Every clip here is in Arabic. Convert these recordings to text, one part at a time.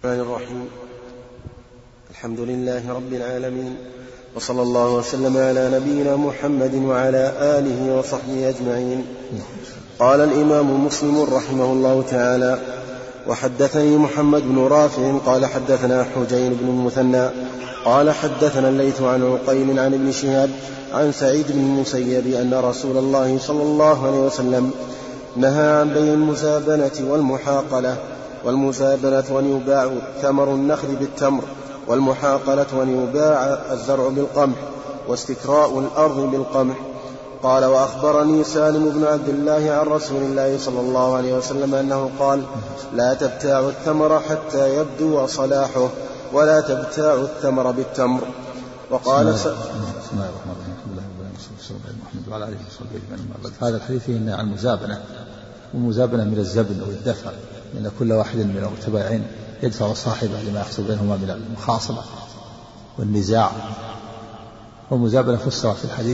الرحمن الرحيم. الحمد لله رب العالمين، وصلى الله وسلم على نبينا محمد وعلى آله وصحبه أجمعين. قال الإمام مسلم رحمه الله تعالى: وحدثني محمد بن رافع قال حدثنا حجين بن المثنى قال حدثنا الليث عن عقيل عن ابن شهاب عن سعيد بن المسيب أن رسول الله صلى الله عليه وسلم نهى عن بيع المزابنة والمحاقلة. والمزابنة أن يباع ثمر النخل بالتمر، والمحاقلة أن يباع الزرع بالقمح، واستكراء الأرض بالقمح. قال: وأخبرني سالم بن عبد الله عن رسول الله صلى الله عليه وسلم أنه قال: لا تبتاع الثمر حتى يبدو صلاحه، ولا تبتاع الثمر بالتمر. وقال بسم الله الرحمن الرحيم. هذا الحديث فيه عن المزابنة، والمزابنة من الزبن والدفع، لأن كل واحد من المتبايعين يدفع صاحبه لما يحصل بينهما من المخاصمة والنزاع. والمزابنة فسرت في الحديث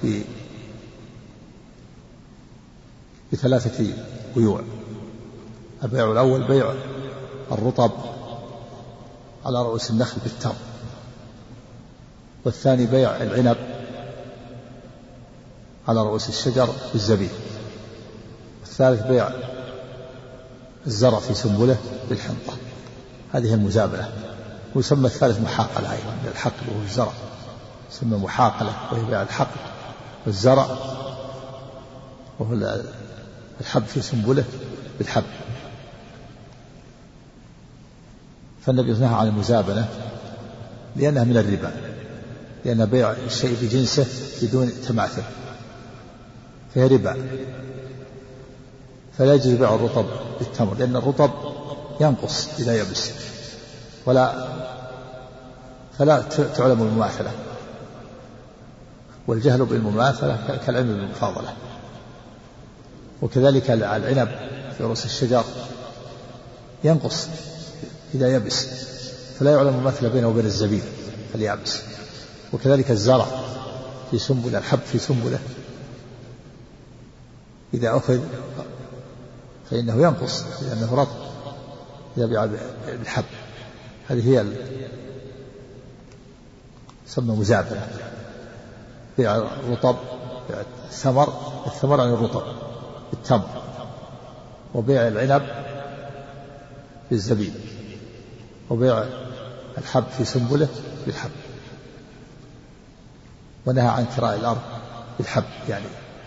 بثلاثة بيوع. البيع الأول بيع الرطب على رؤوس النخل بالتمر، والثاني بيع العنب على رؤوس الشجر بالزبيب، والثالث بيع الزرع في سنبله بالحنطة. هذه المزابنة. ويسمى الثالث محاقلة أيضا، الحقل وهو الزرع يسمى محاقلة، وهي بيع الحقل والزرع وهو الحب في سنبله بالحب. فالنبي نهى عن المزابنة لأنها من الربا، لأن بيع الشيء بجنسه بدون تماثل فهي ربا. فلا يجوز بيع الرطب بالتمر، لأن الرطب ينقص إذا يبس، فلا تعلم المماثلة، والجهل بالمماثلة كالعلم بالمفاضلة. وكذلك العنب في رؤوس الشجر ينقص إذا يبس، فلا يعلم المماثلة بينه وبين الزبيب فليابس. وكذلك الزرع في سنبله، الحب في سنبله إذا أخذ فإنه ينقص لأنه رطب إذا بيع بالحب. هذه هي تسمى مزابنة. بيع الرطب، بيع الثمر عن الرطب بالتمر، وبيع العنب بالزبيب، وبيع الحب في سنبله بالحب. ونهى عن كراء الأرض بالحب، يعني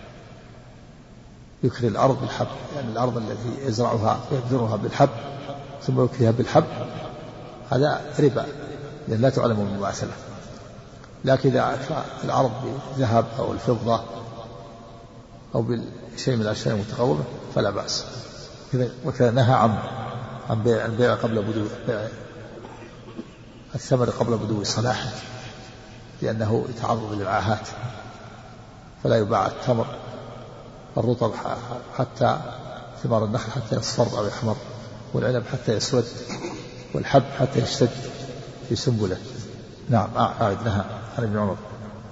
يكري الأرض بالحب، يعني الأرض التي يزرعها ويبذرها بالحب ثم يكريها بالحب، هذا ربا لأن لا تعلم المماثلة. لكن إذا الأرض بالذهب أو الفضة أو بشيء من الأشياء المتقومة فلا بأس. وكذا نهى عن بيع البيع قبل بدو بيع الثمر قبل بدو صلاحه، لأنه يتعرض للعاهات، فلا يباع التمر الرطب حتى ثمار النخل حتى يصفر أو يحمر، والعنب حتى يسود، والحب حتى يشتد في سنبله. نعم. نهى عن ابن عمر.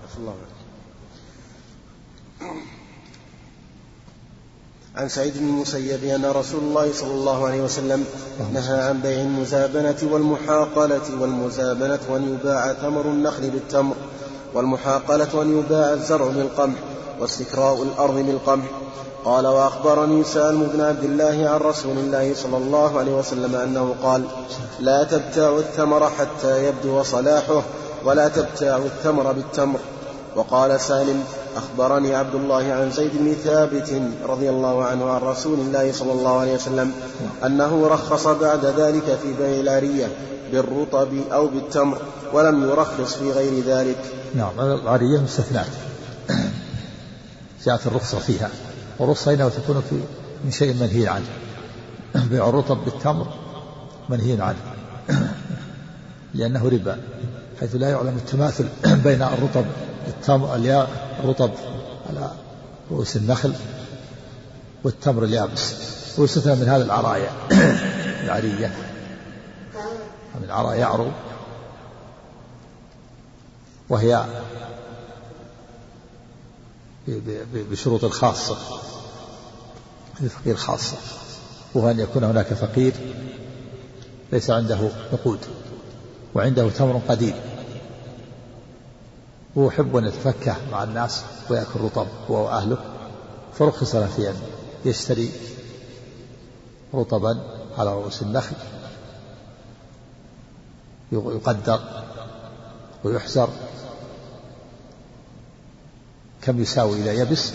عن سعيد بن المسيب أن رسول الله صلى الله عليه وسلم نهى عن بيع المزابنة والمحاقلة. والمزابنة أن يباع ثمر النخل بالتمر، والمحاقلة أن يباع الزرع بالقمح، واستكراء الأرض بالقمح. قال: وأخبرني سالم بن عبد الله عن رسول الله صلى الله عليه وسلم أنه قال: لا تبتاع الثمر حتى يبدو صلاحه، ولا تبتاع الثمر بالتمر. وقال سالم: أخبرني عبد الله عن زيد بن ثابت رضي الله عنه عن رسول الله صلى الله عليه وسلم أنه رخص بعد ذلك في بيع العارية بالرطب أو بالتمر، ولم يرخص في غير ذلك. نعم. العارية مستثنات جاءت الرخصة فيها، والرخصة هنا تكون من شيء منهي عنه. بيع الرطب بالتمر منهي عنه لأنه ربا، حيث لا يعلم التماثل بين الرطب بالتمر الرطب على رؤوس النخل والتمر اليابس. ويستثنى من هذا العرايا العرية، من عرى يعرو، وهي بشروط خاصة للفقير خاصة، وهو أن يكون هناك فقير ليس عنده نقود وعنده تمر قديم هو يحب أن يتفكه مع الناس ويأكل رطب هو وأهله، فرخص له في أن يشتري رطبا على رؤوس النخل يقدر ويحزر كم يساوي إلى يبس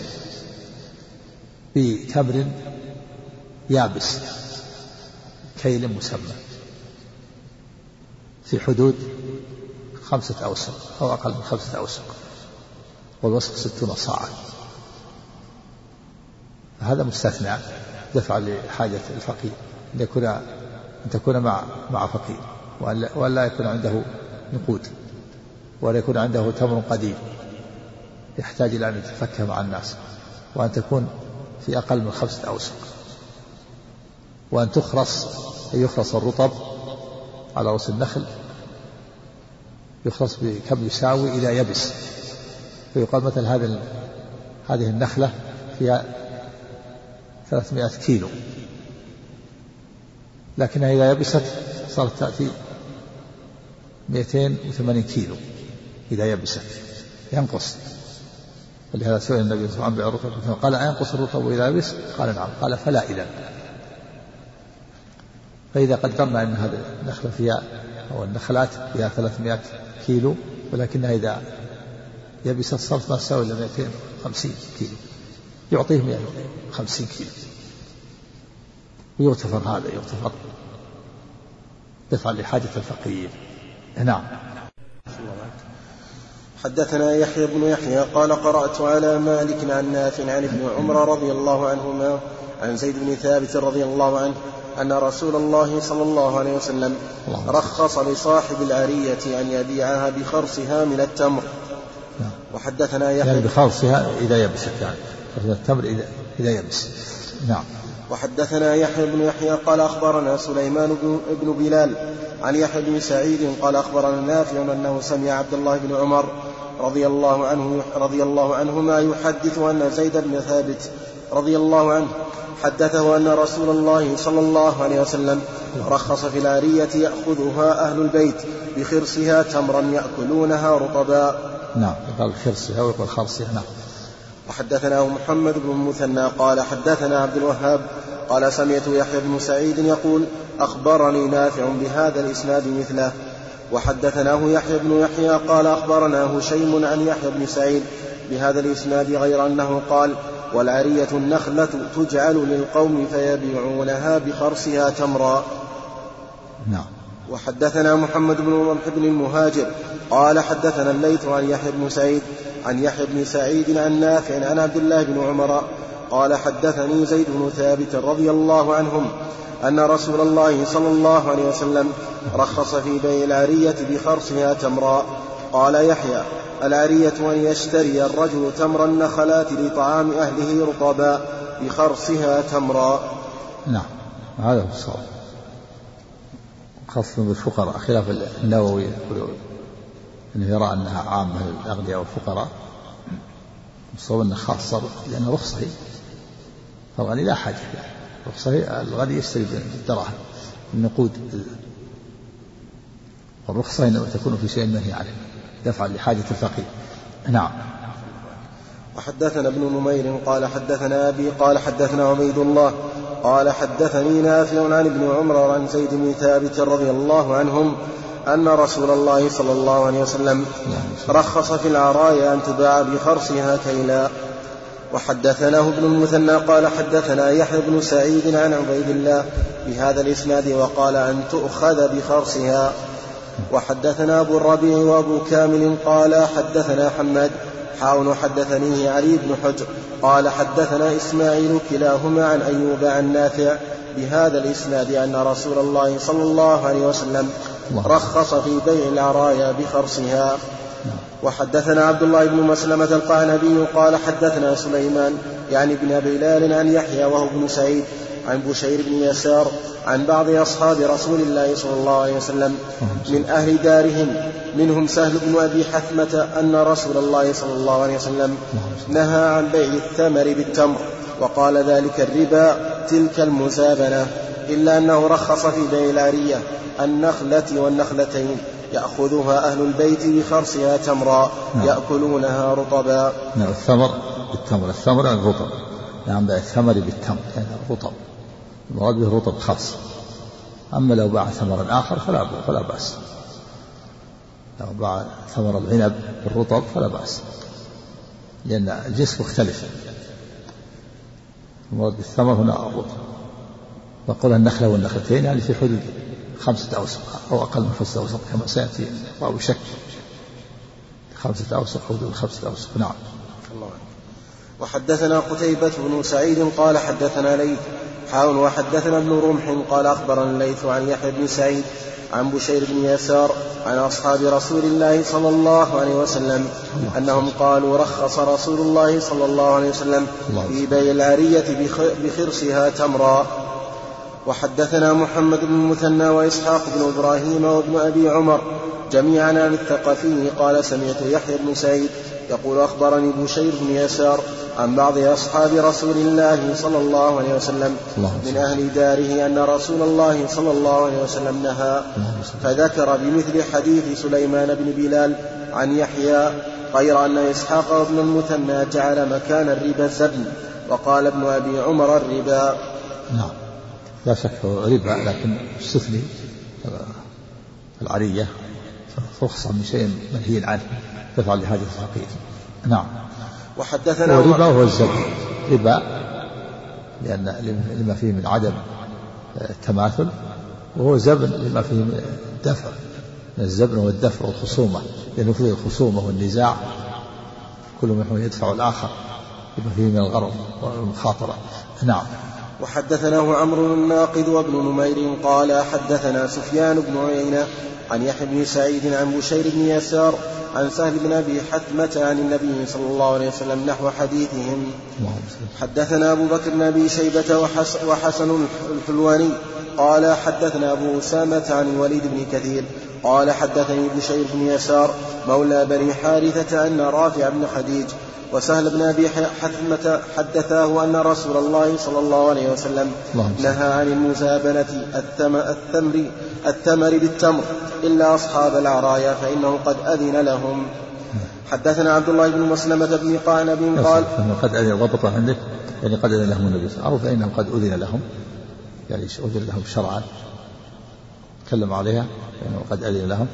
بتمر يابس كيل مسمى في حدود 5 أوسق أو أقل من 5 أوسق، والوسق 60 صاعا. هذا مستثنى دفع لحاجة الفقير أن تكون مع فقير، ولا يكون عنده نقود، ولا يكون عنده تمر قديم يحتاج إلى أن يتفكه مع الناس، وأن تكون في أقل من 5 أوسق، وأن يخرص الرطب على رؤوس النخل يخرص بكم يساوي إلى يبس، فيقال مثل هذه النخلة فيها 300 كيلو، لكنها إذا يبست صارت تأتي 280 كيلو إذا يبست، ينقص. ولهذا سئل النبي صلى الله عليه وسلم عن بيع الرطب قال أينقص الرطب إذا يبس؟ قال نعم. قال فلا إذن. فإذا قدرنا أن هذه النخلة فيها أو النخلات فيها 300 كيلو، ولكنها إذا يبست صارت ما تساوي إلا 250 كيلو، يعطيه 150 كيلو، ويغتفر هذا، يغتفر دفعا لحاجة الفقير. نعم. حدثنا يحيى بن يحيى قال قرأت على مالك عن نافع عن ابن عمر رضي الله عنهما عن زيد بن ثابت رضي الله عنه أن رسول الله صلى الله عليه وسلم رخص لصاحب العرية أن يبيعها بخرصها من التمر. وحدثنا يحيى يعني بخرصها إذا يبست، يعني التمر إذا يبس. نعم. وحدثنا يحيى بن يحيى قال أخبرنا سليمان بن بلال عن يحيى بن سعيد قال أخبرنا نافع أنه سمع عبد الله بن عمر رضي الله عنهما يحدث أن زيد بن ثابت رضي الله عنه حدثه أن رسول الله صلى الله عليه وسلم رخص في العارية يأخذها أهل البيت بخرصها تمرا يأكلونها رطبا. نعم. قال خرصها ويقول خرصها. نعم. وحدثنا محمد بن المثنى قال حدثنا عبد الوهاب قال سمعت يحيى بن سعيد يقول أخبرني نافع بهذا الإسناد مثله. وحدثناه يحيى بن يحيى قال أخبرنا هشيم عن يحيى بن سعيد بهذا الإسناد غير أنه قال والعرية النخلة تجعل للقوم فيبيعونها بخرصها تمرا. نعم. وحدثنا محمد بن رمح بن المهاجر قال حدثنا الليث عن يحيى بن سعيد عن يحيى بن سعيد عن نافع عن عبد الله بن عمر قال حدثني زيد بن ثابت رضي الله عنهم أن رسول الله صلى الله عليه وسلم رخص في بيع العرية بخرصها تمرا. قال يحيى العرية أن يشتري الرجل تمر النخلات لطعام أهله رطبا بخرصها تمرا. نعم. هذا هو الصواب، خاصة بالفقراء، خلاف النووي أنه يرى أنها عامة للأغنياء والفقراء. الصواب أنها خاصة لأن رخصة، فالغني لا حاجة، رخصة الغني يشتري بالدراهم النقود، والرخصة إنما تكون في شيء منهي عليه دفعا لحاجة الفقير. نعم. وحدثنا ابن نمير قال حدثنا أبي قال حدثنا عبيد الله قال حدثني نافع عن ابن عمر عن زيد بن ثابت رضي الله عنهم أن رسول الله صلى الله عليه وسلم رخص في العرايا أن تباع بخرصها كيلا. وحدثناه ابن المثنى قال حدثنا يحيى بن سعيد عن عبيد الله بهذا الإسناد وقال أن تؤخذ بخرصها. وحدثنا أبو الربيع وأبو كامل قال حدثنا حماد حاون حدثنيه علي بن حجر قال حدثنا إسماعيل كلاهما عن أيوب عن نافع بهذا الإسناد أن رسول الله صلى الله عليه وسلم رخص في بيع العرايا بخرصها. وحدثنا عبد الله بن مسلمة القعنبي قال حدثنا سليمان يعني ابن بلال عن يحيى وهو ابن سعيد عن بشير بن يسار عن بعض أصحاب رسول الله صلى الله عليه وسلم من أهل دارهم منهم سهل بن أبي حثمة أن رسول الله صلى الله عليه وسلم نهى عن بيع الثمر بالتمر وقال ذلك الربا تلك المزابنة. إلا أنه رخص في بيع العارية النخلة والنخلتين يأخذها أهل البيت بخرصها تمرا يأكلونها رطبا. نعم الثمر بالتمر، الثمر يعني الرطب. نعم بيع الثمر بالتمر يعني الرطب، المراد به الرطب خاص. أما لو باع ثمرا آخر فلا بأس، لو باع ثمر العنب بالرطب فلا بأس، لأن الجنس مختلف. المراد بالثمر هنا الرطب. وقال النخلة والنخلتين يعني في حدود 5 أوسق أو أقل من 5 أوسق كما سيأتي راوي شك 5 أوسق حدود 5 أوسق. نعم. وحدثنا قتيبة بن سعيد قال حدثنا ليث وحدثنا ابن رمح قال أخبرنا الليث عن يحيى بن سعيد عن بشير بن يسار عن أصحاب رسول الله صلى الله عليه وسلم أنهم قالوا رخص رسول الله صلى الله عليه وسلم في بيع العارية بخرصها تمرا. وحدثنا محمد بن المثنى وإسحاق بن إبراهيم وابن أبي عمر جميعا عن الثقفي قال سمعت يحيى بن سعيد يقول أخبرني بشير بن يسار عن بعض أصحاب رسول الله صلى الله عليه وسلم من أهل داره أن رسول الله صلى الله عليه وسلم نهى، فذكر بمثل حديث سليمان بن بلال عن يحيى، غير أن إسحاق وابن المثنى جعل مكان الربا الزبن، وقال ابن أبي عمر الربا. نعم لا شك ربا، لكن استثني العارية فرخصة من شيء منهي عنه تفعل لهذه الفقير. نعم. وحدثنا الربا هو الزبن، ربا لأن لما فيه من عدم التماثل، وهو زبن لما فيه من الدفع، الزبن والدفع والخصومة، لأنه فيه الخصومة والنزاع كل منهم يدفع الآخر لما فيه من الغرض والمخاطرة. نعم. وحدثناه عمرو الناقد وابن نمير قال حدثنا سفيان بن عيينة عن يحيى بن سعيد عن بشير بن يسار عن سهل بن أبي حتمة عن النبي صلى الله عليه وسلم نحو حديثهم. حدثنا أبو بكر بن أبي شيبة وحسن الحلواني قال حدثنا أبو أسامة عن الوليد بن كثير قال حدثني بشير بن يسار مولى بني حارثة أن رافع بن خديج وسهل بن أبي حتمة حدثاه أن رسول الله صلى الله عليه وسلم نهى عن المزابنة التمر بالتمر إلا أصحاب العرايا فإنه قد أذن لهم. حدثنا عبد الله بن مسلمة بن قعنب قال قد أذن ضبط عندك يعني قد أذن لهم النبي أو فإنهم قد أذن لهم يعني أذن لهم شرعا تكلم عليها فإنه قد أذن لهم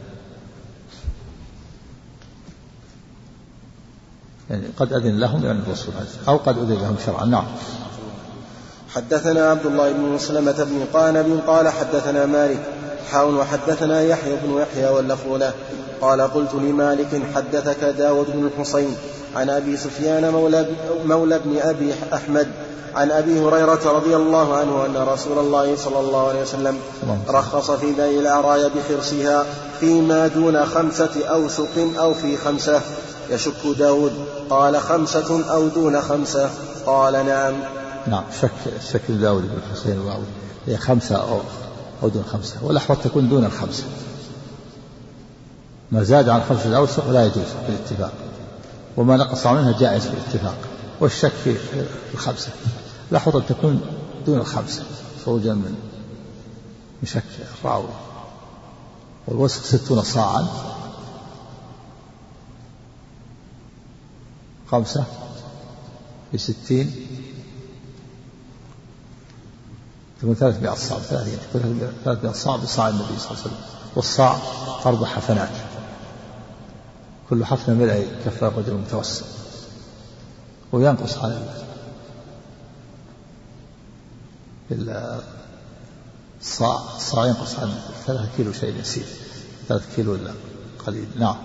يعني قد أذن لهم يعني الرسول أو قد أذن لهم شرعا. نعم. حدثنا عبد الله بن مسلمة بن قعنب قال حدثنا مالك وحدثنا يحيى بن يحيى واللفظ له قال قلت لمالك حدثك داود بن الحصين عن أبي سفيان مولى بن أبي أحمد عن أبي هريرة رضي الله عنه أن رسول الله صلى الله عليه وسلم رخص في بيع العرايا بخرصها فيما دون 5 أوسق أو في 5. يشك داود قال 5 أو دون 5 قال نعم. نعم شك داود بن الحصين هي 5 أو دون 5 والأحوط تكون دون 5. ما زاد عن 5 أوسق لا يجوز بالاتفاق، وما نقص عنها جائز بالاتفاق، والشك في 5 الأحوط أن تكون دون 5 خروجا من شك الراوي. والوسق 60 صاعا 5 في 60 تكون 300 صاع 300 صاع بصاع النبي صلى الله عليه وسلم، والصاع 4 حفنات كل حفنة ملء كف رجل متوسط، وينقص عن الصاع ينقص عن 3 كيلو شيء يسير 3 كيلو إلا قليل. نعم.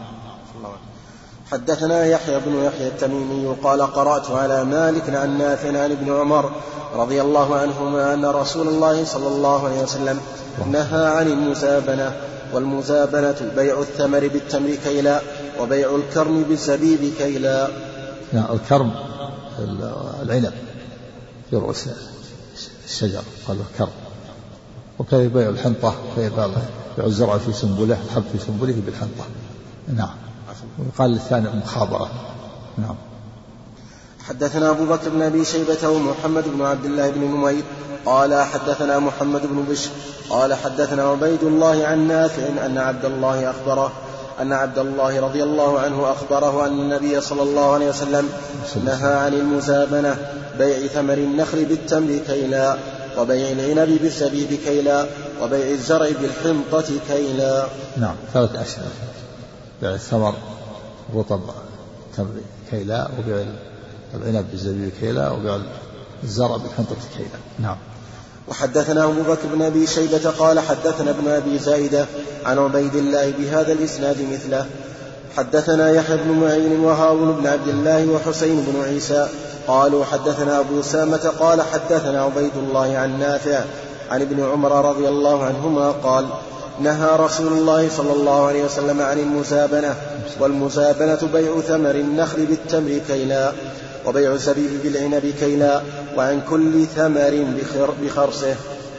حدثنا يحيى بن يحيى التميمي قال قرأت على مالك عن نافع عن ابن عمر رضي الله عنهما أن رسول الله صلى الله عليه وسلم نهى عن المزابنة، والمزابنة بيع الثمر بالتمر كيلا وبيع الكرم بالزبيب كيلا. الكرم العنب في رؤوس الشجر قالوا كرم، وكيف بيع الحنطة كيف بيع الزرع في سنبله الحب في سنبله بالحنطة. نعم. وقال للثاني المخابرة. نعم. حدثنا أبو بكر بن أبي شيبة ومحمد بن عبد الله بن نمير قال حدثنا محمد بن بشر قال حدثنا عبيد الله عن نافع أن عبد الله رضي الله عنه أخبره أن النبي صلى الله عليه وسلم نهى عن المزابنة بيع ثمر النخل بالتمر كيلا وبيع العنب بالزبيب كيلا وبيع الزرع بالحنطة كيلا. نعم 3 أشياء: بيع الثمر رطب تمر كيلا، وبيع العنب بالزبيب كيلا، وبيع الزرع بالحنطة كيلا. نعم. وحدثنا أبو بكر بن أبي شيبة قال حدثنا ابن أبي زايدة عن عبيد الله بهذا الإسناد مثله. حدثنا يحيى بن معين وهارون بن عبد الله وحسين بن عيسى قالوا حدثنا أبو سامة قال حدثنا عبيد الله عن نافع عن ابن عمر رضي الله عنهما قال نهى رسول الله صلى الله عليه وسلم عن المزابنة، والمزابنة بيع ثمر النخل بالتمر كيلا، وبيع الزبيب بالعنب كيلا، وعن كل ثمر بخرسه.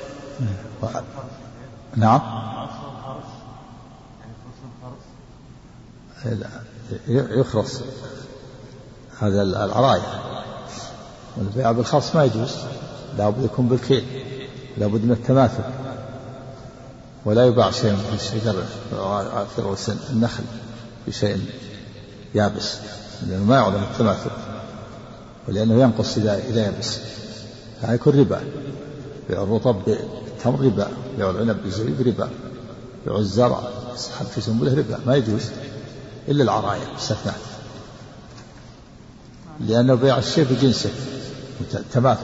نعم. يخرص هذا العراية، والبيع بالخرص ما يجوز، لابد يكون بالكيل، لابد من التماثل، ولا يباع شيء في الشجر في رؤوس النخل بشيء يابس، لأنه ما يعلم التماثل، ولأنه ينقص إذا يبس، فيكون ربا. بيع الرطب بالتمر ربا، بيع العنب بالزبيب ربا، بيع الزرع يسحب في سنبله ربا، ما يجوز إلا العراية استثناء، لأنه بيع الشيء بجنسه تماثل،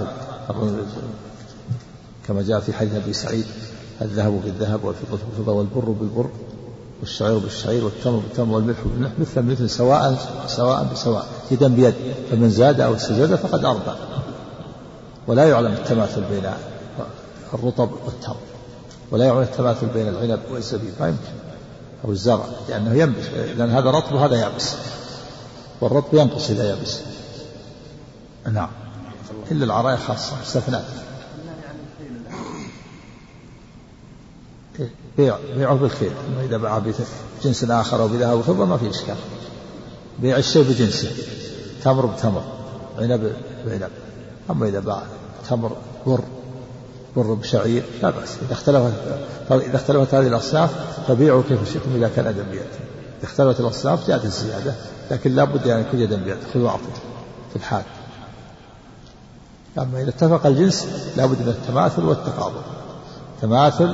كما جاء في حديث أبي سعيد: الذهب بالذهب والفضة بالفضة والبر بالبر والشعير بالشعير والتمر بالتمر والملح بالملح مثل مثل سواء بسواء يدا بيد، فمن زاد أو استزاد فقد أربى. ولا يعلم التماثل بين الرطب والتمر، ولا يعلم التماثل بين العنب والزبيب، ما يمكن، أو الزرع، لأنه ينبس، لأن هذا رطب وهذا يابس، والرطب ينقص إذا يابس. نعم، إلا العراية خاصة استثناء. بيعه بالخير، إذا باع بجنس آخر أو بذهب وفضة ما في إشكال. بيع الشيء بجنسه، تمر بتمر، عنب بعنب. أما إذا باع تمر بر بشعير لا بأس. إذا اختلفت هذه الأصناف فبيعوا كيف شئتم إذا كان يدا بيد. إذا اختلفت الأصناف جاءت الزيادة، لكن لا بد أن يكون يدا بيد، خذ وأعطي في الحال. أما إذا اتفق الجنس لا بد من التماثل والتقابل، تماثل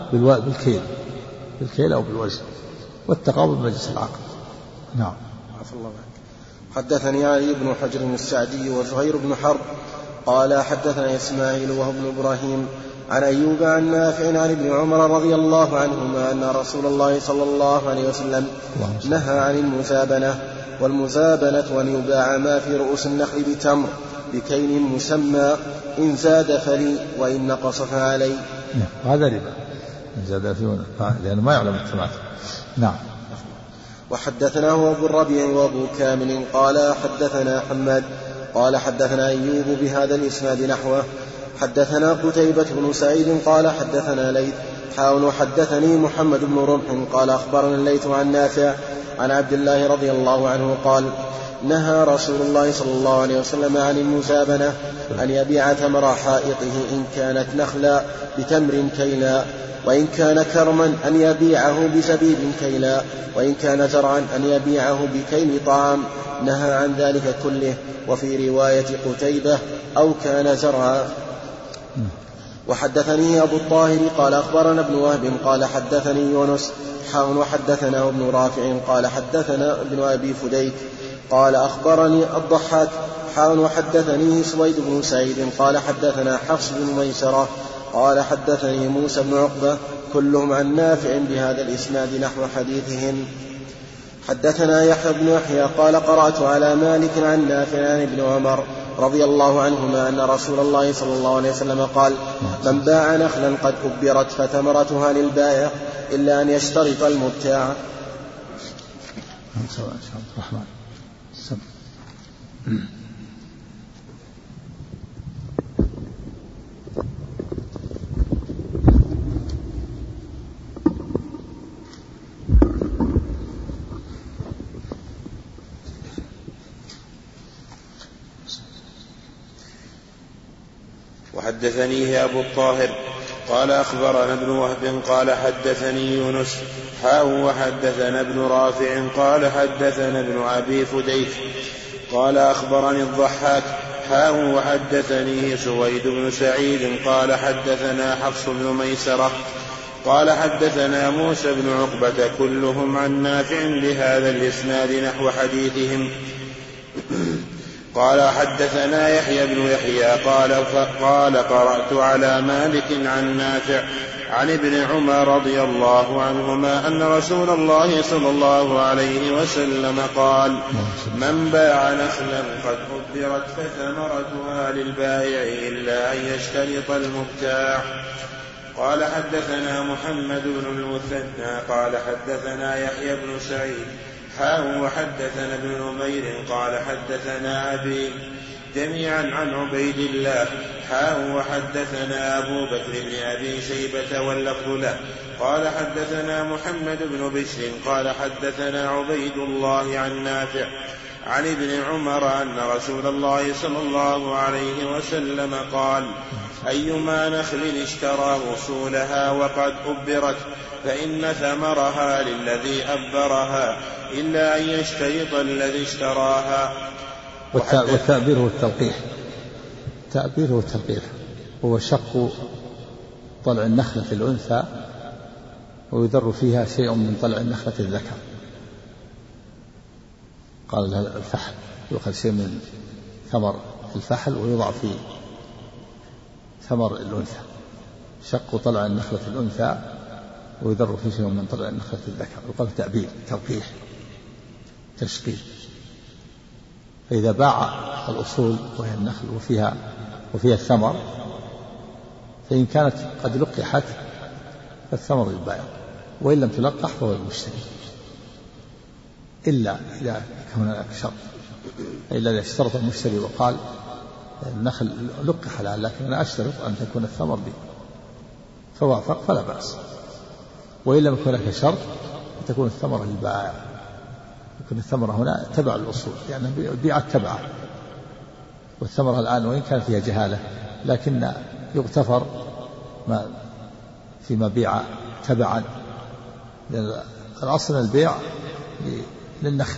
بالكيل أو بالوزن، والتقابل بمجلس العقد. نعم. عفى الله عنك. حدثني علي بن حجر السعدي وزهير بن حرب قال حدثنا إسماعيل وهو ابن إبراهيم عن أيوب عن نافع عن ابن عمر رضي الله عنهما أن رسول الله صلى الله عليه وسلم نهى عن المزابنة، والمزابنة أن يباع ما في رؤوس النخل بتمر بكيل مسمى، إن زاد فلي وإن نقص فعلي. هذا ربا، إن زاد فلي لأنه ما يعلم التماثل. نعم. وحدثناه أبو الربيع وأبو كامل قال حدثنا حماد قال حدثنا أيوب بهذا الإسناد نحوه. حدثنا قتيبة بن سعيد قال حدثنا ليث حاول حدثني محمد بن رمح قال أخبرنا الليث عن نافع عن عبد الله رضي الله عنه قال نهى رسول الله صلى الله عليه وسلم عن المزابنة أن يبيع ثمر حائطه إن كانت نخلا بتمر كيلا، وإن كان كرما أن يبيعه بزبيب كيلا، وإن كان زرعا أن يبيعه بكيل طعام، نهى عن ذلك كله. وفي رواية قتيبة أو كان زرعا. وحدثني أبو الطاهر قال أخبرنا ابن وهب قال حدثني يونس وحدثنا ابن رافع قال حدثنا ابن أبي فديك قال أخبرني الضحاك وحدثني سويد بن سعيد قال حدثنا حفص بن ميسرة قال حدثني موسى بن عقبة كلهم عن نافع بهذا الإسناد نحو حديثهم. حدثنا يحيى بن يحيى قال قرأت على مالك عن نافع عن ابن عمر رضي الله عنهما أن رسول الله صلى الله عليه وسلم قال من باع نخلا قد أبرت فتمرتها للبائع إلا أن يشترط المبتاع. حدثنيه أبو الطاهر قال أخبرنا ابن وهب قال حدثني يونس وحدثنا ابن رافع قال حدثنا ابن أبي فديك قال أخبرني الضحاك وحدثني سويد بن سعيد قال حدثنا حفص بن ميسرة قال حدثنا موسى بن عقبة كلهم عن نافع بهذا الإسناد نحو حديثهم. قال حدثنا يحيى بن يحيى قال قرأت على مالك عن نافع عن ابن عمر رضي الله عنهما أن رسول الله صلى الله عليه وسلم قال: من باع نخلا قد أبرت فثمرتها للبائع إلا أن يشترط المبتاع. قال حدثنا محمد بن المثنى قال حدثنا يحيى بن سعيد وحدثنا ابن نمير قال حدثنا أبي جميعا عن عبيد الله وحدثنا أبو بكر بن أبي شيبة واللفظ له قال حدثنا محمد بن بشر قال حدثنا عبيد الله عن نافع عن ابن عمر أن رسول الله صلى الله عليه وسلم قال: أيما نخل اشترى أصولها وقد أبرت فإن ثمرها للذي أبرها إلا أن يشترط الذي اشتراها. والتأبير والتلقيح. التأبير والتلقيح هو شق طلع النخلة الأنثى ويذر فيها شيء من طلع النخلة الذكر. قال الفحل، يؤخذ شيء من ثمر الفحل ويوضع في ثمر الأنثى. شق طلع النخلة الأنثى ويذر فيه شيء من طلع النخلة الذكر، يقال تأبير، تلقيح، تشقيق. فإذا باع الأصول وهي النخل وفيها الثمر، فإن كانت قد لقحت فالثمر للبائع، وإن لم تلقح فهو المشتري، إلا إذا كان هناك شرط، إلا إذا اشترط المشتري وقال: النخل لقح الآن لكن أنا أشترط أن تكون الثمر لي، فوافق فلا بأس. وإن لم يكن لك شرط تكون الثمرة للبائع، يكون الثمرة هنا تبع الأصول، يعني بيعت تبعه. والثمرة الآن وإن كان فيها جهالة لكن يغتفر ما فيما بيع تبعا، الأصل البيع للنخل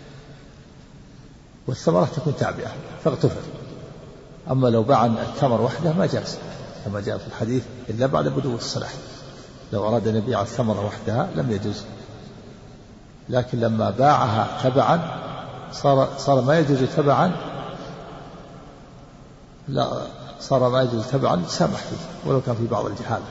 والثمرة تكون تابعة فاغتفر. أما لو باع الثمر وحده ما جاز، كما جاء في الحديث: إلا بعد بدو الصلاح. لو أراد أن يبيع الثمرة وحدها لم يجوز، لكن لما باعها تبعا صار ما يجوز تبعا، لا صار ما يجوز تبعا سامح فيه ولو كان في بعض الجهالة،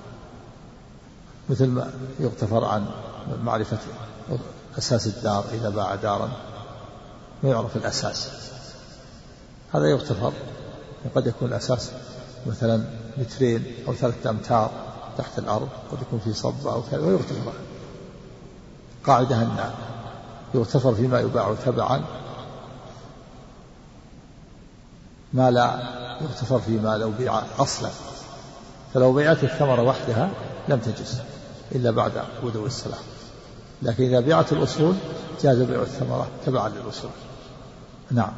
مثل ما يغتفر عن معرفة أساس الدار. إذا باع دارا ما يعرف الأساس، هذا يغتفر. قد يكون الأساس مثلا 2 أو 3 أمتار تحت الأرض، قد يكون في صب أو كذا، ويغتفر. قاعدة أن يغتفر فيما يباع تبعا ما لا يغتفر فيما لو بيع أصلا. فلو بيعت الثمرة وحدها لم تجوز إلا بعد بدو الصلاح، لكن إذا بيعت الأصول جاز بيع الثمرة تبعا للأصول. نعم.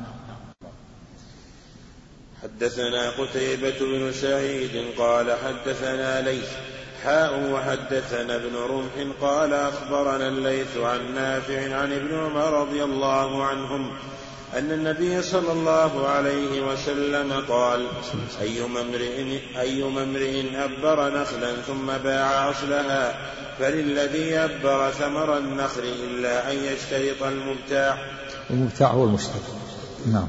حدثنا قتيبة بن سعيد قال حدثنا ليث وحدثنا ابن رمح قال أخبرنا الليث عن نافع عن ابن عمر رضي الله عنهم أن النبي صلى الله عليه وسلم قال: أيما امرئ أبر نخلا ثم باع أصلها فللذي أبر ثمر النخل إلا أن يشترط المبتاع. المبتاع هو المشتري. نعم.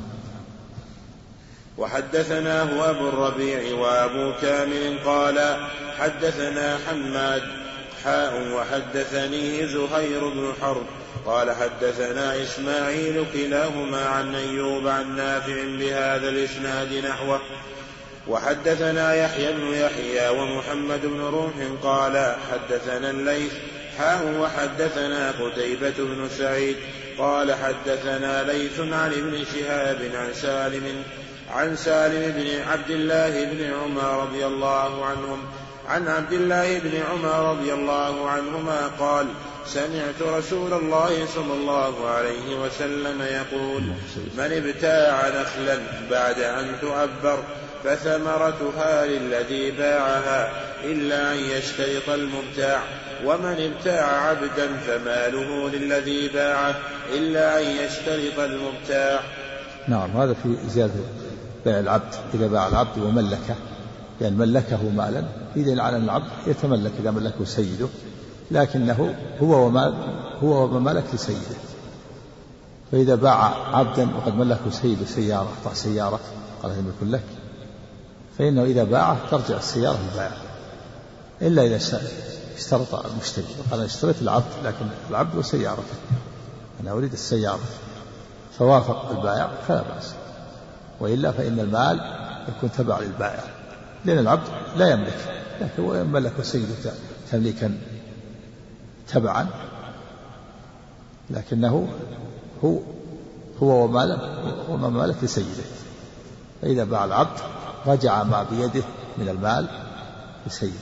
وحدثناه أبو الربيع وأبو كامل قال حدثنا حماد وحدثني زهير بن حرب قال حدثنا إسماعيل كلاهما عن أيوب عن نافع بهذا الإسناد نحوه. وحدثنا يحيى بن يحيى ومحمد بن رمح قال حدثنا الليث وحدثنا قتيبة بن سعيد قال حدثنا ليث عن ابن شهاب عن سالم بن عبد الله بن عمر رضي الله عنهم عن عبد الله بن عمر رضي الله عنهما قال: سمعت رسول الله صلى الله عليه وسلم يقول: من ابتاع نخلا بعد أن تؤبر فثمرتها للذي باعها إلا أن يشترط المبتاع، ومن ابتاع عبدا فماله للذي باعه إلا أن يشترط المبتاع. نعم، هذا في زيادة بيع العبد. إذا باع العبد وملكه، يعني ملكه مالا، إذا على العبد يتملك إذا ملكه سيده، لكنه هو وما ملك لسيده. فإذا باع عبدا وقد ملكه سيده سيارة، أعطاه سيارة قال هذا ملك لك، فإنه إذا باعه ترجع السيارة للبائع، إلا إذا اشترط المشتري قال اشتريت العبد لكن العبد وسيارته، أنا أريد السيارة، فوافق البائع فلا بأس، وإلا فإن المال يكون تبع للبائع، لأن العبد لا يملك، لكن هو يملك سيده تمليكا تبعا، لكنه هو وما مالك لسيده. فإذا باع العبد رجع ما بيده من المال لسيده،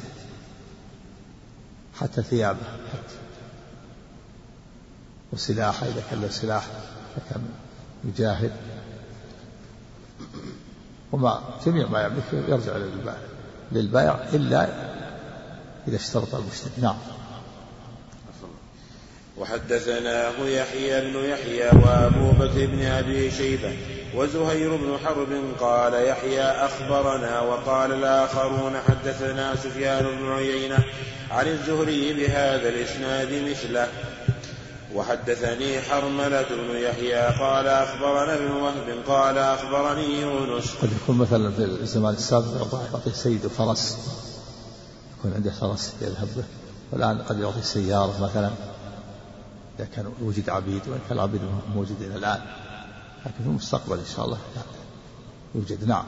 حتى ثيابه وسلاحه إذا كان له سلاح فكان يجاهد، وما جميع ما يملك يرجع للبائع إلا إذا اشترط المشتري. نعم. وحدثناه يحيى بن يحيى وأبو بكر بن أبي شيبة وزهير بن حرب قال يحيى أخبرنا، وقال الآخرون حدثنا سفيان بن عيينة عن الزهري بهذا الإسناد مثله. وحدثني حرملة بن يحيى قال أخبرنا ابن وهب قال أخبرني يونس. قد يكون مثلا في الزمان السابق يعطي سيد فرس، يكون عنده فرس يذهب به، والآن قد يعطي سيارة مثلا إذا كان وجد عبيد، وإن كان العبيد موجودين الآن، لكن في المستقبل إن شاء الله يوجد. نعم.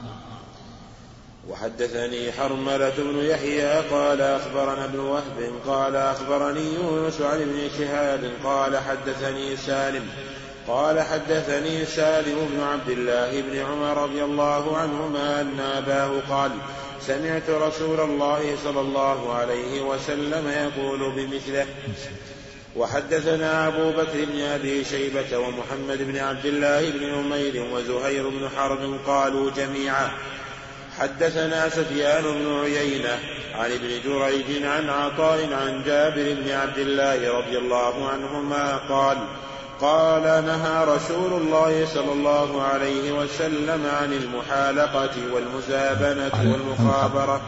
وحدثني حرملة بن يحيى قال أخبرنا ابن وهب قال أخبرني يونس عن ابن شهاب قال حدثني سالم بن عبد الله بن عمر رضي الله عنهما أن أباه قال سمعت رسول الله صلى الله عليه وسلم يقول بمثله. وحدثنا أبو بكر بن أبي شيبة ومحمد بن عبد الله بن نمير وزهير بن حرب قالوا جميعا حدثنا سفيان بن عيينة عن ابن جريج عن عطاء عن جابر بن عبد الله رضي الله عنهما قال نهى رسول الله صلى الله عليه وسلم عن المحالقة والمزابنة والمخابرة.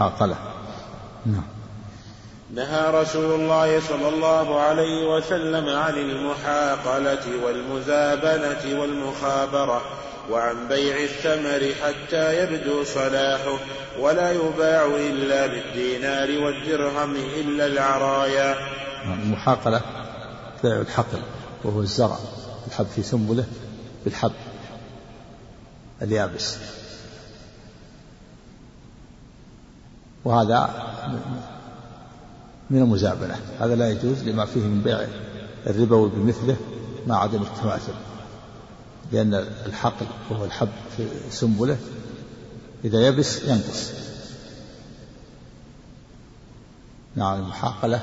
نهى رسول الله صلى الله عليه وسلم عن المحاقلة والمزابنة والمخابرة وعن بيع الثمر حتى يبدو صلاحه، ولا يباع إلا بالدينار والدرهم إلا العرايا. المحاقلة بيع الحقل وهو الزرع، الحب في سنبله بالحب اليابس، وهذا من المزابنة، هذا لا يجوز لما فيه من بيع الربوي بمثله مع عدم التماثل، لأن الحقل وهو الحب في سنبله إذا يبس ينقص. نعم. المحاقلة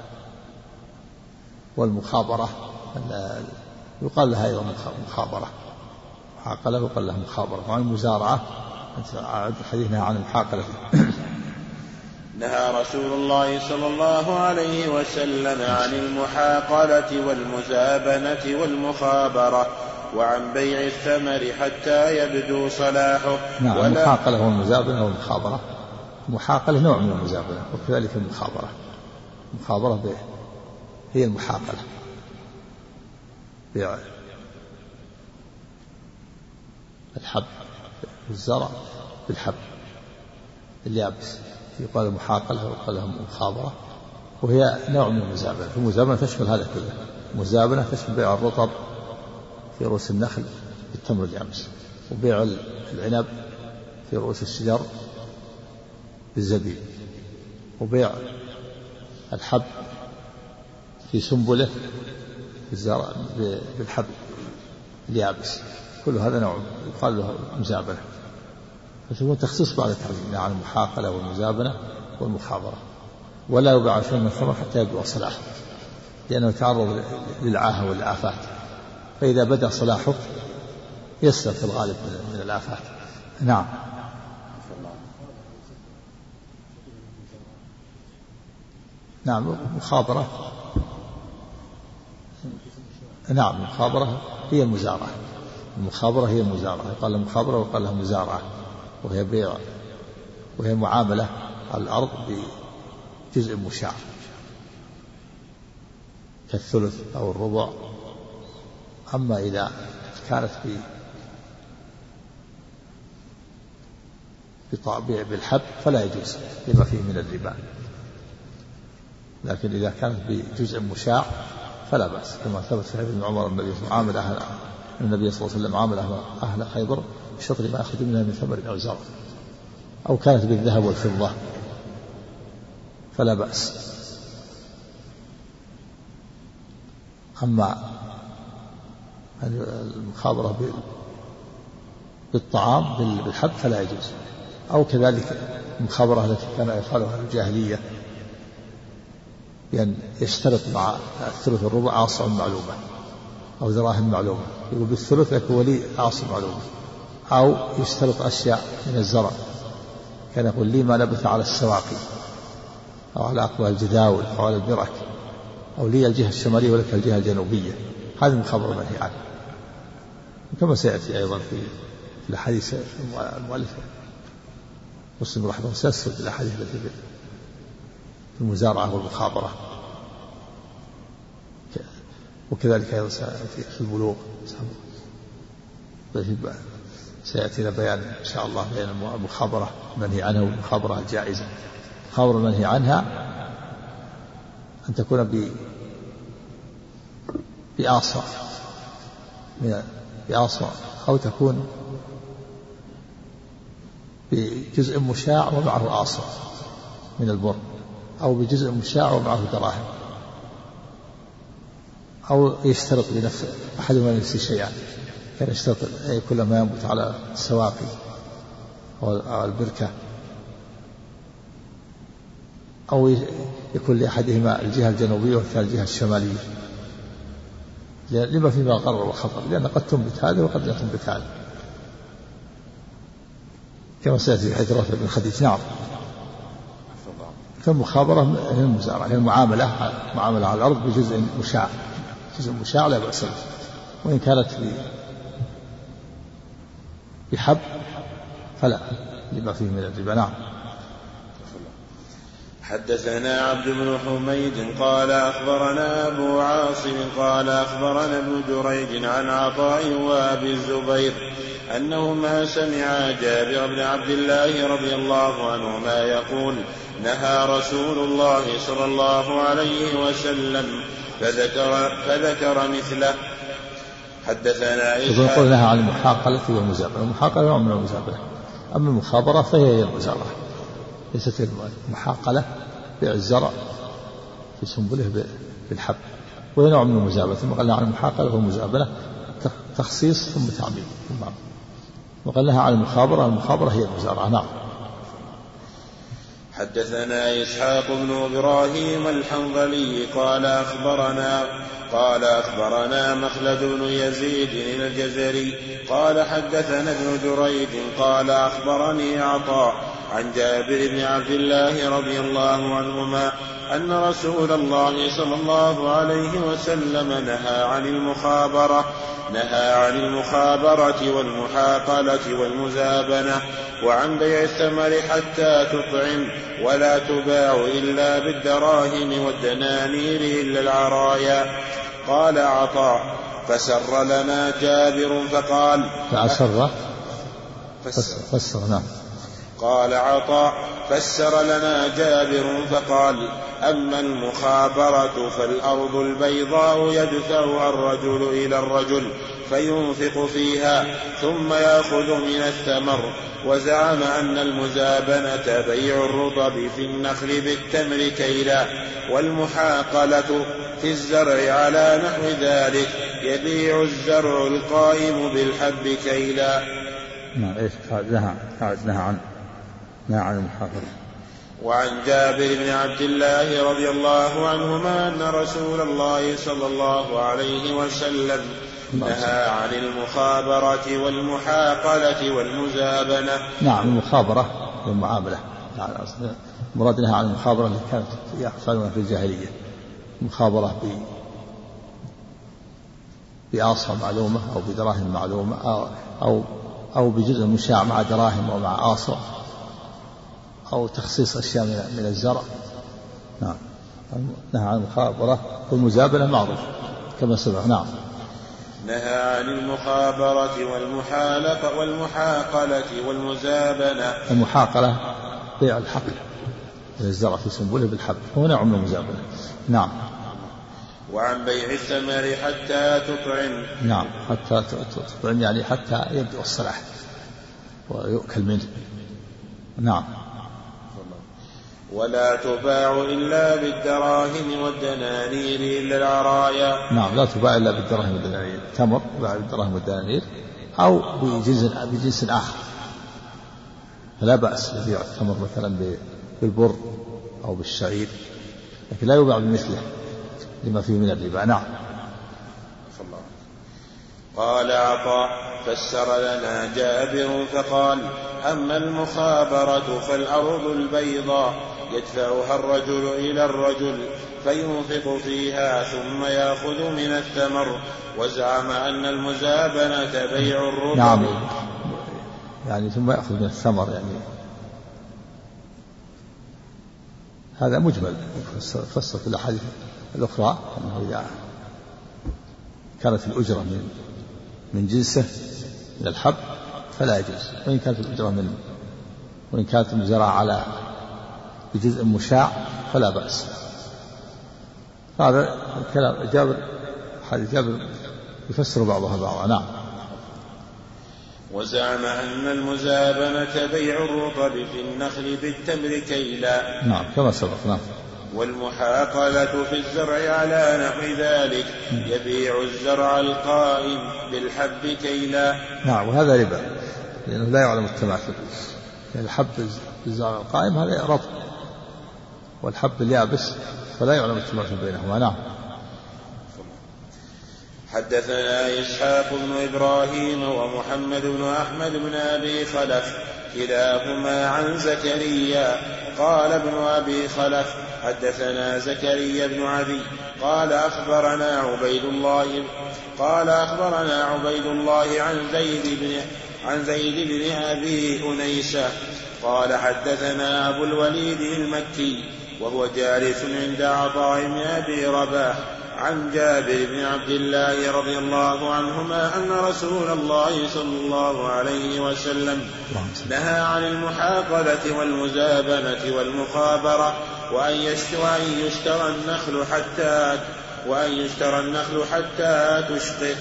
والمخابرة يقال لها أيضا مخابرة، محاقلة يقال لها مخابرة. وعن المزارعة حديثنا عن المحاقلة. نهى رسول الله صلى الله عليه وسلم عن المحاقلة والمزابنة والمخابرة وعن بيع الثمر حتى يبدو صلاحه. نعم. المحاقلة والمزابنة والمخابرة، المحاقلة نوع من المزابنة، وكذلك المخابرة هي المحاقلة، بيع الحب الزرع بالحب اليابس، يقال محاقلة ويقال لها مخابرة، وهي نوع من المزابنة. المزابنة تشمل هذا كله، المزابنة تشمل بيع الرطب في رؤوس النخل بالتمر اليابس، وبيع العنب في رؤوس الشجر بالزبيب، وبيع الحب في سنبله بالزرع بالحب اليابس، كل هذا نوع يقال له مزابنة، فتكون تخصيص بعد الترجمة عن المحاقلة والمزابنة والمخابرة. ولا يباع شيء من الثمر حتى يبدو صلاحه، لأنه يتعرض للعاهة والآفات، فإذا بدأ صلاحه يسلم في الغالب من الآفات. نعم. نعم المخابرة. نعم المخابرة هي المزارعة. المخابرة هي المزارعة، يقال لها مخابرة ويقال لها مزارعة، وهي بيع وهي معاملة على الأرض بجزء مشاع كالثلث أو الربع. أما إذا كانت بالحب فلا يجوز لما فيه من الربا، لكن إذا كانت بجزء مشاع فلا بأس، كما ثبت في حديث ابن عمر النبي صلى الله عليه وسلم عامل أهل خيبر بشطر ما أخذ منها من ثمر أو زرع، أو كانت بالذهب والفضة فلا بأس. أما المخابرة بالطعام بالحب فلا يجوز، أو كذلك المخابرة التي كان يفعلها الجاهلية بأن يشترط مع الثلث الربع عاصة معلومة أو دراهم معلومة، يقول بالثلث يكون لي عاصة معلومة، أو يشترط أشياء من الزرع، كان يقول لي ما نبت على السواقي أو على أقوى الجداول أو على البرك، أو لي الجهة الشمالية ولك الجهة الجنوبية. هذه المخابرة منهي عنها، كما سيأتي أيضا في الحديث المؤلف مسلم رحمه الله سيسرد الأحاديث التي في المزارعة والمخابرة، وكذلك أيضا في البلوغ سيأتينا بيان إن شاء الله بين المخابرة المنهي عنها والمخابرة الجائزة. المخابرة المنهي عنها أن تكون بآصة أو تكون بجزء مشاع ومعه آصة من البر، أو بجزء مشاع ومعه دراهم، أو يشترط لنفسه أحدهما نفسه شيئا، كان يشترط كل ما ينبت على السواقي أو البركة، أو يكون لأحدهما الجهة الجنوبية والثانية الجهة الشمالية، لما فيما غرر وخطر، لأن قد تنبت هذا وقد لا تنبت هذا، كما سيأتي في حديث رافع بن خديج. نعم. فالمخابرة هي المزارعة، هي المعاملة على الأرض بجزء مشاع، جزء مشاع لا بأس به، وإن كانت بحب فلا لما فيه من الربا. نعم. حدثنا عبد بن حميد قال أخبرنا أبو عاصم قال أخبرنا ابن جريج عن عطاء وأبي الزبير أنهما سمعا جابر بن عبد الله رضي الله عنهما يقول نهى رسول الله صلى الله عليه وسلم فذكر مثله. حدثنا إسحاق نهى عن المحاقلة والمزابنة. المحاقلة نوع من المزابنة، أما المخابرة فهي المزارعة، ليست المحاقلة بيع الزرع في سنبله بالحب، وهي نوع من المزابنة. ثم قال عن المحاقلة والمزابنة تخصيص ثم تعميم، وقال لها عن المخابرة هي المزارعة. نعم. حدثنا إسحاق بن إبراهيم الحنظلي قال أخبرنا مخلد بن يزيد الجزري قال حدثنا ابن جريج قال أخبرني عطاء عن جابر بن عبد الله رضي الله عنهما أن رسول الله صلى الله عليه وسلم نهى عن المخابرة والمحاقلة والمزابنة وعن بيع الثمر حتى تطعم ولا تباع إلا بالدراهم والدنانير إلا العرايا. قال عطاء فسر لنا جابر فقال نعم. قال عطاء فسر لنا جابر فقال أما المخابرة فالأرض البيضاء يدفعها الرجل إلى الرجل فينفق فيها ثم يأخذ من الثمر. وزعم أن المزابنة بيع الرطب في النخل بالتمر كيلا، والمحاقلة في الزرع على نحو ذلك يبيع الزرع القائم بالحب كيلا. نهى عن المحاقلة. وعن جابر بن عبد الله رضي الله عنهما أن رسول الله صلى الله عليه وسلم نهى عن المخابرة والمحاقلة والمزابنة. نعم. المخابرة والمعاملة مراد نهى عن المخابرة اللي كانت يفعلونها في الجاهلية، مخابرة بآصة معلومة أو بدراهم معلومة أو بجزء مشاع مع دراهم ومع آصة، أو تخصيص أشياء من الزرع. نعم. نهى عن المخابرة والمزابنة معروف كما سبق. نعم. نهى عن المخابرة والمحاقلة والمزابنة. المحاقلة بيع الحقل الزرع في سنبله بالحب، هو نوع من المزابنة. نعم. وعن بيع الثمر حتى تطعم. نعم، حتى تطعم يعني حتى يبدو الصلاح ويؤكل منه. نعم. ولا تباع إلا بالدراهم والدنانير إلا العرايا. نعم، لا تباع إلا بالدراهم والدنانير، تمر تباع بالدراهم والدنانير أو بجنس آخر، فلا بأس ببيع التمر مثلا بالبر أو بالشعير، لكن لا يباع بمثله لما فيه من الربا. نعم. قال عطاء: فسر لنا جابر فقال: أما المخابرة فالأرض البيضاء يدفعها الرجل إلى الرجل فينفق فيها ثم يأخذ من الثمر، وزعم أن المزابنة بيع الرطب. نعم، يعني ثم يأخذ من الثمر، يعني هذا مجمل، فسر في الأحاديث الأخرى أنه إذا كانت الأجرة من جنسه من الحب فلا يجوز، وإن كانت الأجرة وإن كانت المزرعة على بجزء مشاع فلا بأس. هذا كلام جابر، حديث جابر يفسر بعضها بعضا. نعم. وزعم أن المزابنة بيع الرطب في النخل بالتمر كيلا. نعم كما سبق. نعم. والمحاقلة في الزرع على نحو ذلك يبيع الزرع القائم بالحب كيلا. نعم، وهذا ربا لأنه لا يعلم التماثل، يعني الحب الزرع القائم هذا رطب، والحب اليابس فلا يعلم التماثل بينهما. نعم. حدثنا إسحاق بن إبراهيم ومحمد بن أحمد بن أبي خلف كلاهما عن زكريا. قال ابن أبي خلف: حدثنا زكريا بن عدي قال أخبرنا عبيد الله عن زيد بن أبي أنيسة قال حدثنا أبو الوليد المكي وهو جالس عند عطاء بن أبي رباح عن جابر بن عبد الله رضي الله عنهما أن رسول الله صلى الله عليه وسلم نهى عن المحاقلة والمزابنة والمخابرة وأن يشترى النخل حتى تشقق،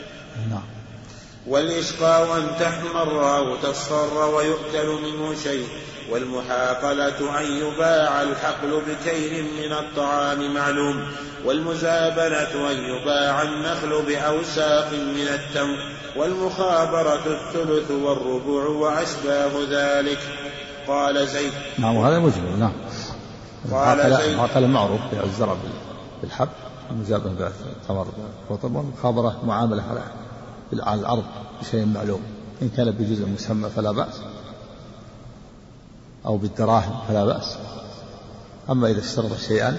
والإسقاء أن تحمر أو تصفر ويؤكل منه شيء، والمحاقلة أن يباع الحقل بكيل من الطعام معلوم، والمزابنة أن يباع النخل بأوساق من التمر، والمخابرة الثلث والربع وأشباه ذلك. قال زيد. نعم، وهذا مجمل. نعم. قال معروف بيع الزرع بالحب، المزابنة بيع التمر بالرطب، والمخابرة معاملة على الأرض بشيء معلوم، إن كان بجزء مسمى فلا بأس، أو بالدراهم فلا بأس. أما إذا اشترط شيئا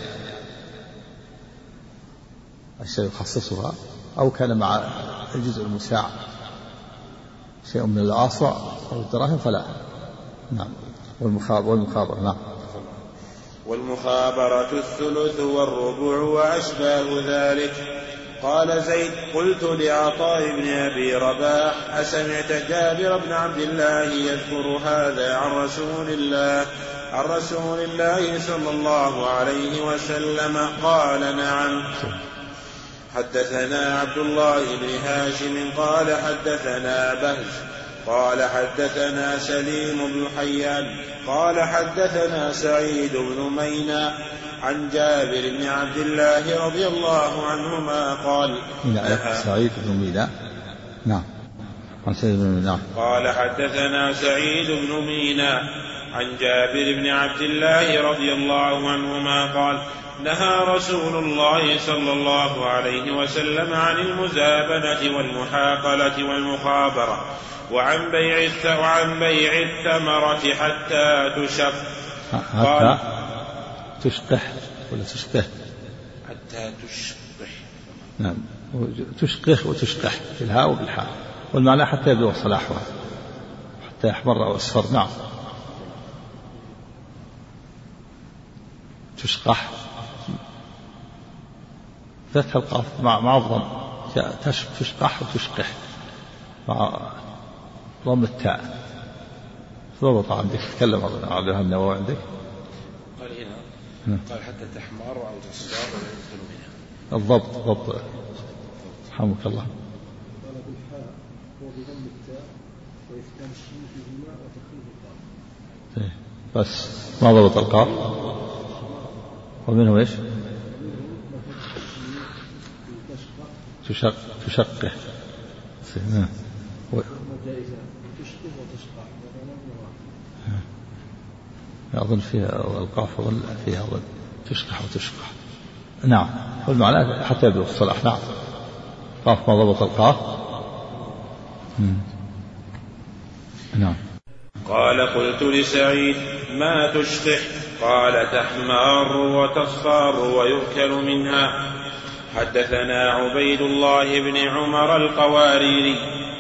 الشيء يخصصها، أو كان مع الجزء المساع شيء من الأصع أو الدراهم فلا. نعم. والمخابرة. نعم. والمخابرة الثلث والربع وأشباه ذلك. قال زيد: قلت لعطاء بن أبي رباح: أسمعت جابر بن عبد الله يذكر هذا عن رسول الله صلى الله عليه وسلم؟ قال: نعم. حدثنا عبد الله بن هاشم قال حدثنا بهز قال حدثنا سليم بن حيان قال حدثنا سعيد بن مينا عن جابر بن عبد الله رضي الله عنهما قال: سعيد بن مينا. نعم. قال حدثنا سعيد بن مينا عن جابر بن عبد الله رضي الله عنهما قال: نهى رسول الله صلى الله عليه وسلم عن المزابنة والمحاقلة والمخابرة وعن بيع الثمرة حتى تشق. قال تشقح ولا تشقح؟ حتى تشقح. نعم، تشقح وتشقح في الهاء وبالحاء، والمعنى حتى يبدو صلاحها، حتى يحمر أو أصفر. نعم. تشقح فتح القاف مع الضم، تشقح وتشقح مع ضم التاء. ضبط عندك، تكلم على النووي عندك. قال هنا قال حتى تحمر أو تصفر ويدخل منها. الضبط ضبط، رحمك الله. قال بالحاء وبضم التاء وإسكان الشين فيهما وتخفيف القاف. بس ما ضبط القاف. ومنه ايش؟ تشقه. أظن فيها القاف، أظن فيها أظن تشقح وتشقح. نعم، والمعنى حتى يبدو الصلاح. نعم، قاف ما ضبط القاف. نعم. قال قلت لسعيد ما تشقح؟ قال تحمار وتصفر ويؤكل منها. حدثنا عبيد الله بن عمر القواريري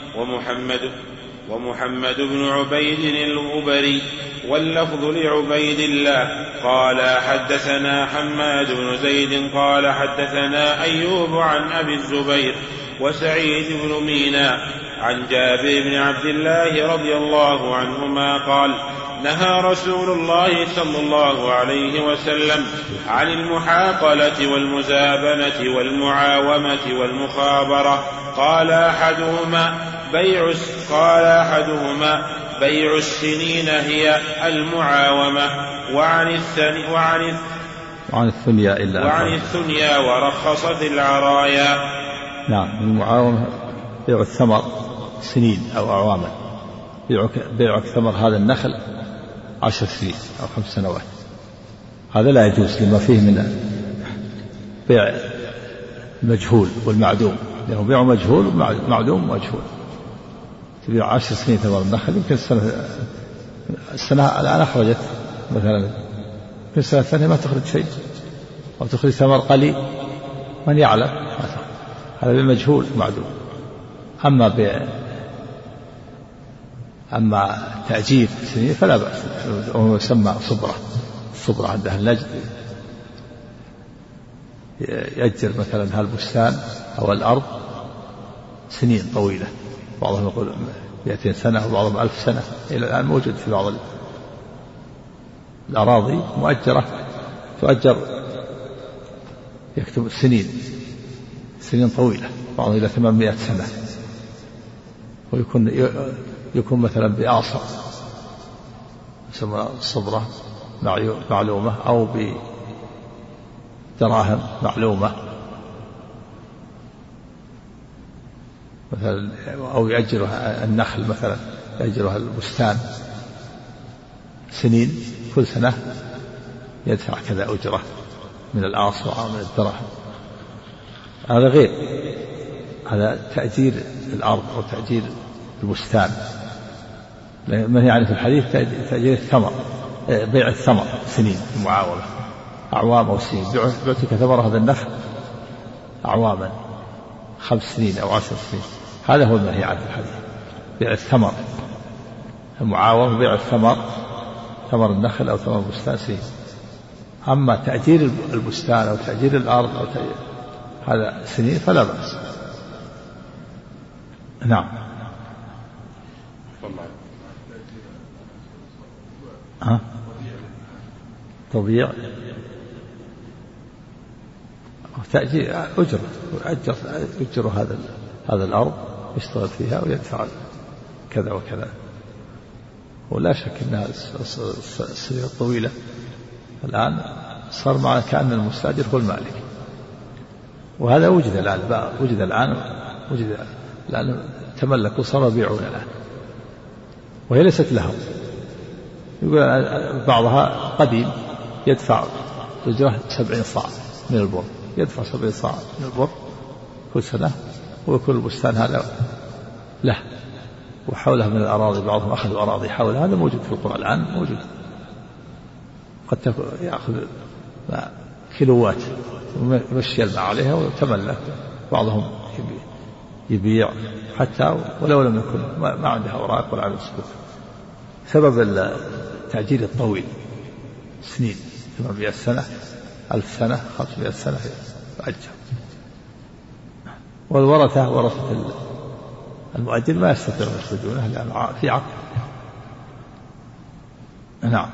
ومحمد بن عبيد الغبري، واللفظ لعبيد الله قال حدثنا حماد بن زيد قال حدثنا أيوب عن أبي الزبير وسعيد بن مينا عن جابر بن عبد الله رضي الله عنهما قال نهى رسول الله صلى الله عليه وسلم عن المحاقلة والمزابنة والمعاومة والمخابرة. قال أحدهما بيع السنين هي المعاومة، وعن الثنيا ورخصت العرايا. نعم، المعاومة بيع الثمر سنين أو أعواما. بيع الثمر هذا النخل 10 سنين أو 5 سنوات، هذا لا يجوز لما فيه من بيع المجهول والمعدوم، لأنه بيع مجهول ومعدوم ومجهول. تبيع 10 سنين ثمر النخل، يمكن السنة الآن أخرجت مثلا، يمكن السنة الثانية ما تخرج شيء، أو تخرج ثمر قليل، من يعلم. هذا بالمجهول معدوم. أما تأجيل سنين فلا بأس، وهو يسمى صبرة عند أهل نجد. يأجر مثلا هالبستان أو الأرض سنين طويلة، بعضهم يقول 200 سنة وبعضهم 1000 سنة. إلى الآن موجود في بعض الأراضي مؤجرة، تؤجر يكتب سنين طويلة، بعضهم إلى 800 سنة، ويكون مثلا بأعصر يسمى صبرة معلومة، أو بدراهم معلومة مثلا، أو يأجرها النخل مثلا، يأجرها البستان سنين، كل سنة يدفع كذا أجرة من الأعصر أو من الدراهم. هذا غير، هذا تأجير الأرض أو تأجير البستان. من يعني في الحديث تأجير الثمر، بيع الثمر سنين، المعاومة أعوام أو سنين. بعتك ثمر هذا النخل أعواما، 5 سنين أو 10 سنين، هذا هو المنهي عنه في الحديث، بيع الثمر، المعاومة بيع الثمر، ثمر النخل أو ثمر البستان سنين. أما تأجير البستان أو تأجير الأرض أو هذا سنين فلا بأس. نعم. تضييع تأجير أجر، يؤجر هذا الأرض، يشتغل فيها ويدفع كذا وكذا. ولا شك أنها السنين الطويلة الآن صار معنا كأن المستأجر هو المالك، وهذا وجد الآن تملكوا، صاروا يبيعون الآن، وهي ليست لهم. يقول بعضها قديم يدفع أجرة 70 صاع من البر، يدفع 70 صاع من البر كل سنة، ويكون البستان هذا له، وحولها من الأراضي، بعضهم أخذوا أراضي حول، هذا موجود في القرى الآن موجود. قد يأخذ كيلوات ويمشي الماء عليها ويتملك. بعضهم يبيع حتى ولو لم يكن ما عنده أوراق ولا عنده سكوت. سبب التأجيل الطويل سنين 800 سنة 1000 سنة 500 سنة يؤجل. ورثة المؤجل ما يستطيعون يخرجونه لأن في عقد. نعم.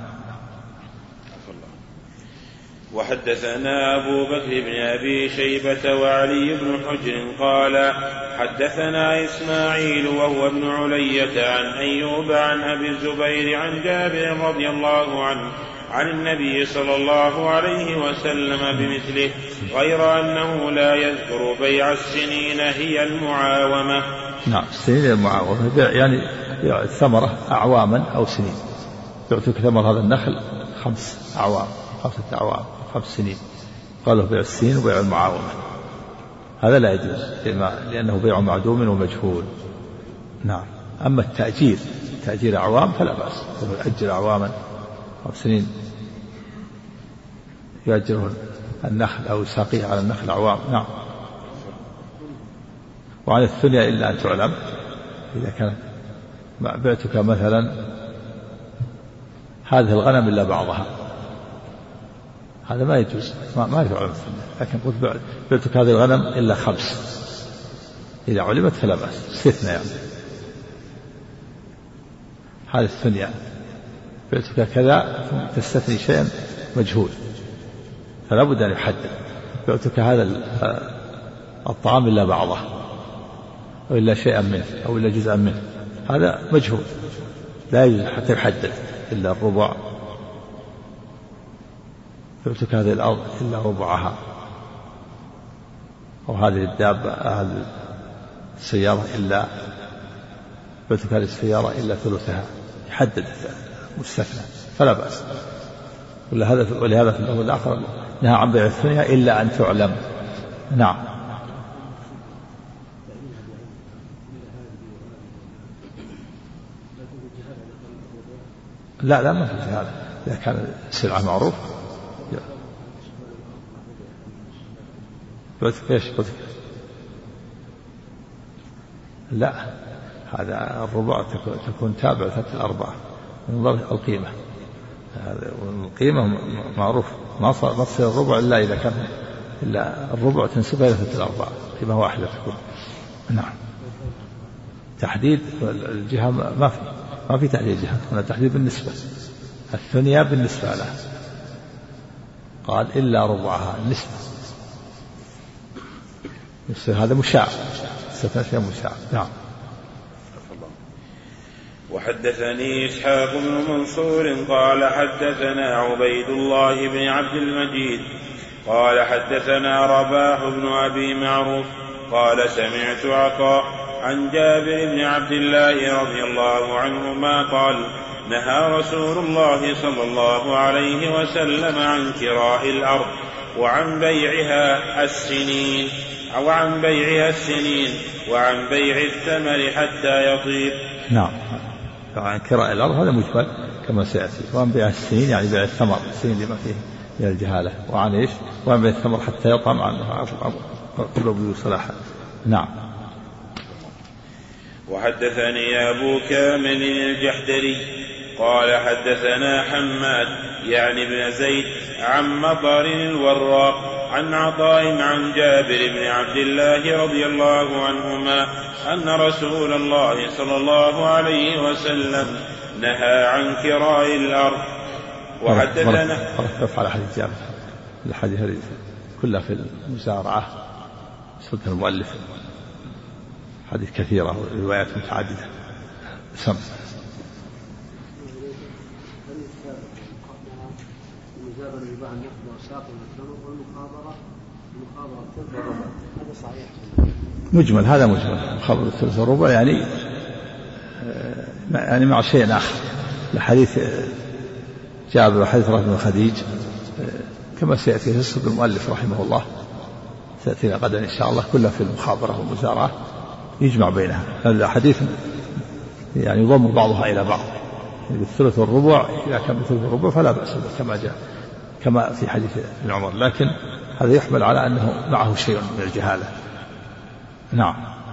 وحدثنا أبو بكر بن أبي شيبة وعلي بن حجر قال حدثنا إسماعيل وهو ابن علية عن أيوب عن أبي الزبير عن جابر رضي الله عنه عن النبي صلى الله عليه وسلم بمثله غير أنه لا يذكر بيع السنين هي المعاومة. نعم السنين هي المعاومة يعني الثمرة أعواما أو سنين. يعطيك ثمر هذا النخل 5 أعوام 5 أعوام 5 سنين. قالوا بيع السنين وبيع المعاومة هذا لا يجوز لأنه بيع معدوم ومجهول. نعم. أما تأجير أعوام فلا بأس. يؤجر أعواما أو سنين يؤجره النخل أو يساقيه على النخل أعوام. نعم. وعن الثنيا إلا أن تعلم إذا كان بعتك مثلا هذه الغنم إلا بعضها هذا ما يجوز ما يعلم الثنيا. لكن قلت بعتك هذه الغنم إلا 5 إذا علمت فلا بأس استثناء يعني. هذه الثنيا بعتك كذا تستثني شيئا مجهول فلا بد أن يحدد. بعتك هذا الطعام إلا بعضه أو إلا شيئا منه أو إلا جزءا منه هذا مجهول لا يجوز حتى يحدد إلا الربع. بعتك هذه الأرض إلا ربعها أو هذه الدابة هذه السيارة إلا بعتك هذه السيارة إلا ثلثها يحدد مستثنى فلا بأس. ولهذا في الأول الآخر نهى عن بيع الثنيا إلا أن تعلم. نعم. لا ما في هذا إذا كان السلعة معروف. ايش لا هذا الربع تكون تابعة الأربعة من القيمة. والقيمة معروف ما تصير الربع إلا إذا كان إلا الربع تنسبها إلى 3/4 قيمة واحدة تكون. نعم. تحديد الجهة ما في تحديد جهة هنا تحديد بالنسبة. الثنيا بالنسبة لها قال إلا ربعها النسبة هذا مشاع استثناء مشاع. نعم. وحدثني إسحاق بن منصور قال حدثنا عبيد الله بن عبد المجيد قال حدثنا رباح بن أبي معروف قال سمعت عطاء عن جابر بن عبد الله رضي الله عنهما قال نهى رسول الله صلى الله عليه وسلم عن كراء الأرض وعن بيعها السنين وعن بيع الثمر حتى يطيب. نعم. عن كراء الأرض هذا مجمل كما سيأتي. وعن بيع السنين يعني بيع الثمر السنين لما فيه من الجهالة. وعن إيش وعن بيع الثمر حتى يطعم عنه قبل بيو صلاحا. نعم. وحدثني أبو كامل الجحدري قال حدثنا حماد يعني بن زيد عن مطر الوراق عن عطاء عن جابر بن عبد الله رضي الله عنهما أن رسول الله صلى الله عليه وسلم نهى عن كراء الأرض. وحدثنا على حديث جابر الحديث كلها في المزارعة صدق المؤلف حديث كثيرة وروايات متعددة. سم مجمل هذا مجمل مخابرة الثلث والربع يعني مع شيء آخر. الحديث جابر وحديث رافع بن خديج كما سيأتي في صدق المؤلف رحمه الله سيأتينا غدا إن شاء الله كلها في المخابرة والمزارعة يجمع بينها. هذا حديث يعني يضم بعضها إلى بعض بالثلث والربع، إذا كان بالثلث والربع فلا بأس به كما جاء كما في حديث ابن عمر، لكن هذا يحمل على أنه معه شيء من الجهالة. نعم.